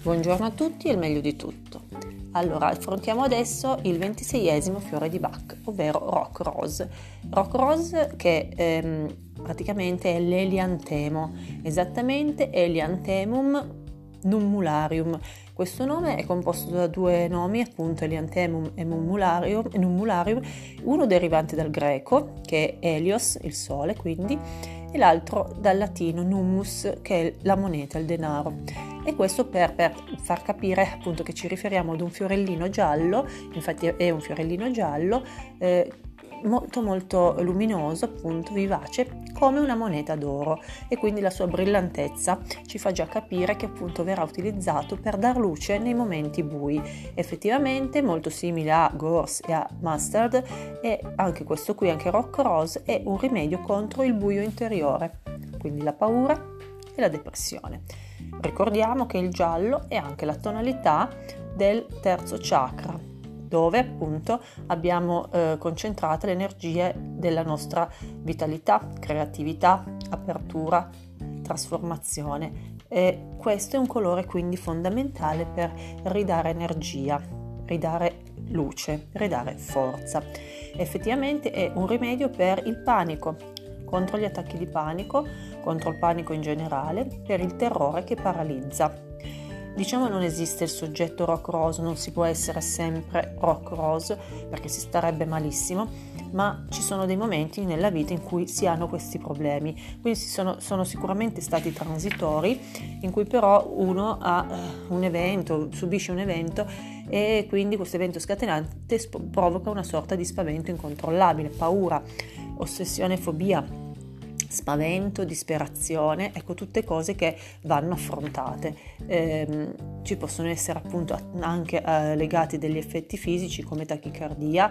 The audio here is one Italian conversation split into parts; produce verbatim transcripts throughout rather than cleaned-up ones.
Buongiorno a tutti e il meglio di tutto. Allora, affrontiamo adesso il ventiseiesimo fiore di Bach, ovvero Rock Rose. Rock Rose che ehm, praticamente è l'Elianthemo, esattamente Elianthemum nummularium. Questo nome è composto da due nomi, appunto Elianthemum e nummularium, nummularium, uno derivante dal greco, che è Helios, il sole quindi, e l'altro dal latino nummus, che è la moneta, il denaro. E questo per, per far capire appunto che ci riferiamo ad un fiorellino giallo, infatti è un fiorellino giallo, eh, molto molto luminoso, appunto vivace, come una moneta d'oro, e quindi la sua brillantezza ci fa già capire che appunto verrà utilizzato per dar luce nei momenti bui. Effettivamente molto simile a Gorse e a Mustard, e anche questo qui, anche Rock Rose, è un rimedio contro il buio interiore, quindi la paura e la depressione. Ricordiamo che il giallo è anche la tonalità del terzo chakra, dove appunto abbiamo eh, concentrate le energie della nostra vitalità, creatività, apertura, trasformazione. E questo è un colore quindi fondamentale per ridare energia, ridare luce, ridare forza. Effettivamente è un rimedio per il panico, contro gli attacchi di panico, contro il panico in generale, per il terrore che paralizza. Diciamo non esiste il soggetto rock rose, non si può essere sempre rock rose perché si starebbe malissimo, ma ci sono dei momenti nella vita in cui si hanno questi problemi, quindi sono, sono sicuramente stati transitori, in cui però uno ha un evento, subisce un evento e quindi questo evento scatenante sp- provoca una sorta di spavento incontrollabile, paura, ossessione, fobia, spavento, disperazione, ecco, tutte cose che vanno affrontate. Eh, ci possono essere appunto anche eh, legati degli effetti fisici come tachicardia,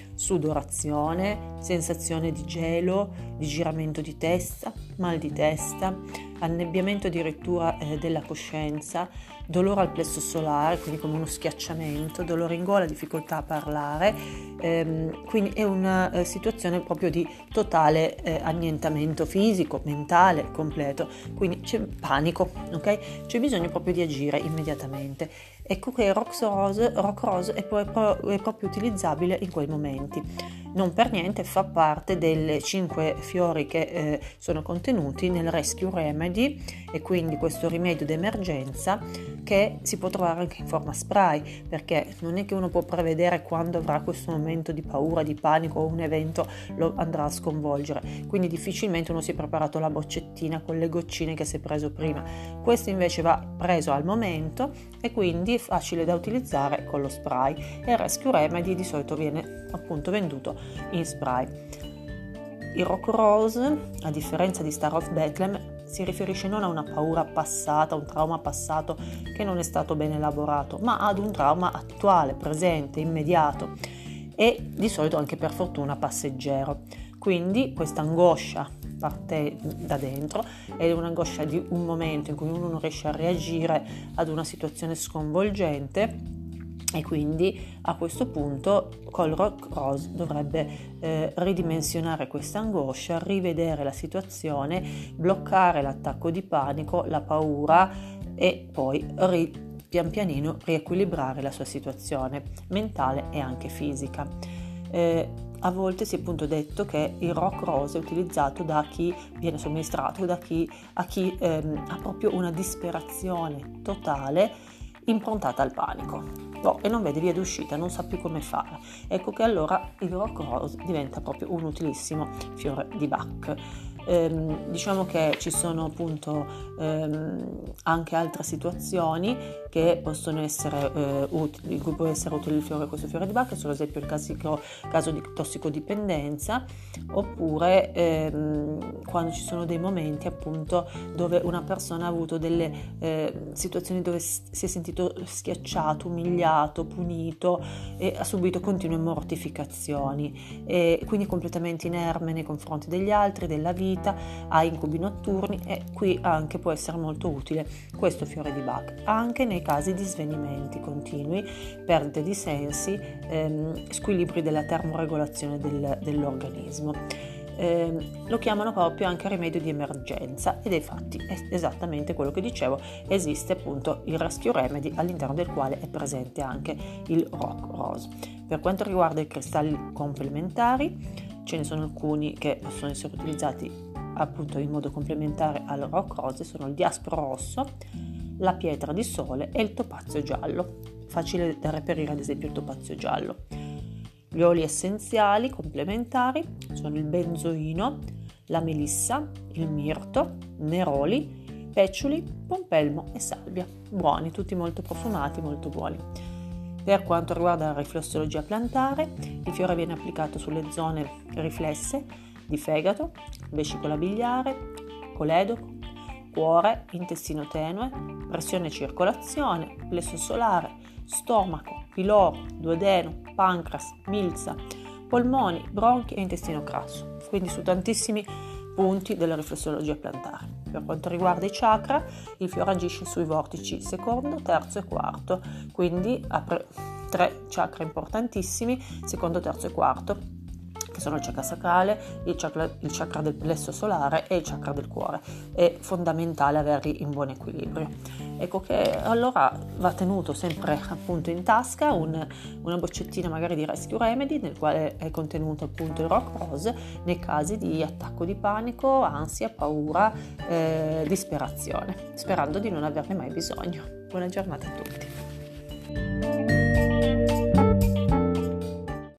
sudorazione, sensazione di gelo, di giramento di testa, mal di testa, annebbiamento addirittura eh, della coscienza, dolore al plesso solare, quindi come uno schiacciamento, dolore in gola, difficoltà a parlare, ehm, quindi è una eh, situazione proprio di totale eh, annientamento fisico, mentale, completo, quindi c'è panico, ok? C'è bisogno proprio di agire immediatamente. Ecco che Rock Rose, Rock Rose è, poi, è proprio utilizzabile in quei momenti. Non per niente fa parte delle cinque fiori che eh, sono contenuti nel Rescue Remedy, e quindi questo rimedio d'emergenza che si può trovare anche in forma spray, perché non è che uno può prevedere quando avrà questo momento di paura, di panico o un evento lo andrà a sconvolgere, quindi difficilmente uno si è preparato la boccettina con le goccine che si è preso prima. Questo invece va preso al momento e quindi è facile da utilizzare con lo spray, e il Rescue Remedy di solito viene appunto venduto in spray. Il Rock Rose, a differenza di Star of Bethlehem, si riferisce non a una paura passata, un trauma passato che non è stato ben elaborato, ma ad un trauma attuale, presente, immediato, e di solito anche per fortuna passeggero. Quindi questa angoscia parte da dentro, è un'angoscia di un momento in cui uno non riesce a reagire ad una situazione sconvolgente, e quindi a questo punto col Rock Rose dovrebbe eh, ridimensionare questa angoscia, rivedere la situazione, bloccare l'attacco di panico, la paura, e poi ri, pian pianino riequilibrare la sua situazione mentale e anche fisica. Eh, a volte si è appunto detto che il Rock Rose è utilizzato da chi viene somministrato, da chi, a chi ehm, ha proprio una disperazione totale improntata al panico, oh, e non vede via d'uscita, non sa più come fare. Ecco che allora il Rock Rose diventa proprio un utilissimo fiore di Bach. Ehm, diciamo che ci sono appunto ehm, anche altre situazioni che possono essere eh, utili, in cui può essere utile il fiore, questo fiore di Bach, ad esempio il classico caso di tossicodipendenza, oppure ehm, quando ci sono dei momenti appunto dove una persona ha avuto delle eh, situazioni dove si è sentito schiacciato, umiliato, punito e ha subito continue mortificazioni, e quindi completamente inerme nei confronti degli altri, della vita, ha incubi notturni, e qui anche può essere molto utile questo fiore di Bach, anche nei casi di svenimenti continui, perdite di sensi, ehm, squilibri della termoregolazione del, dell'organismo. eh, lo chiamano proprio anche rimedio di emergenza, ed infatti è esattamente quello che dicevo, esiste appunto il Rescue Remedy all'interno del quale è presente anche il Rock Rose. Per quanto riguarda i cristalli complementari, ce ne sono alcuni che possono essere utilizzati appunto in modo complementare al Rock Rose, sono il diaspro rosso, la pietra di sole e il topazio giallo. Facile da reperire ad esempio il topazio giallo. Gli oli essenziali complementari sono il benzoino, la melissa, il mirto, neroli, peccioli, pompelmo e salvia. Buoni, tutti molto profumati, molto buoni. Per quanto riguarda la riflessologia plantare, il fiore viene applicato sulle zone riflesse di fegato, vescicola biliare, coledoco, cuore, intestino tenue, pressione e circolazione, plesso solare, stomaco, piloro, duodeno, pancreas, milza, polmoni, bronchi e intestino grasso, quindi su tantissimi punti della riflessologia plantare. Per quanto riguarda i chakra, il fiore agisce sui vortici secondo, terzo e quarto, quindi apre tre chakra importantissimi, secondo, terzo e quarto, che sono il chakra sacrale, il chakra, il chakra del plesso solare e il chakra del cuore. È fondamentale averli in buon equilibrio. Ecco che allora va tenuto sempre appunto in tasca un, una boccettina magari di Rescue Remedy nel quale è contenuto appunto il Rock Rose nei casi di attacco di panico, ansia, paura, eh, disperazione, sperando di non averne mai bisogno. Buona giornata a tutti.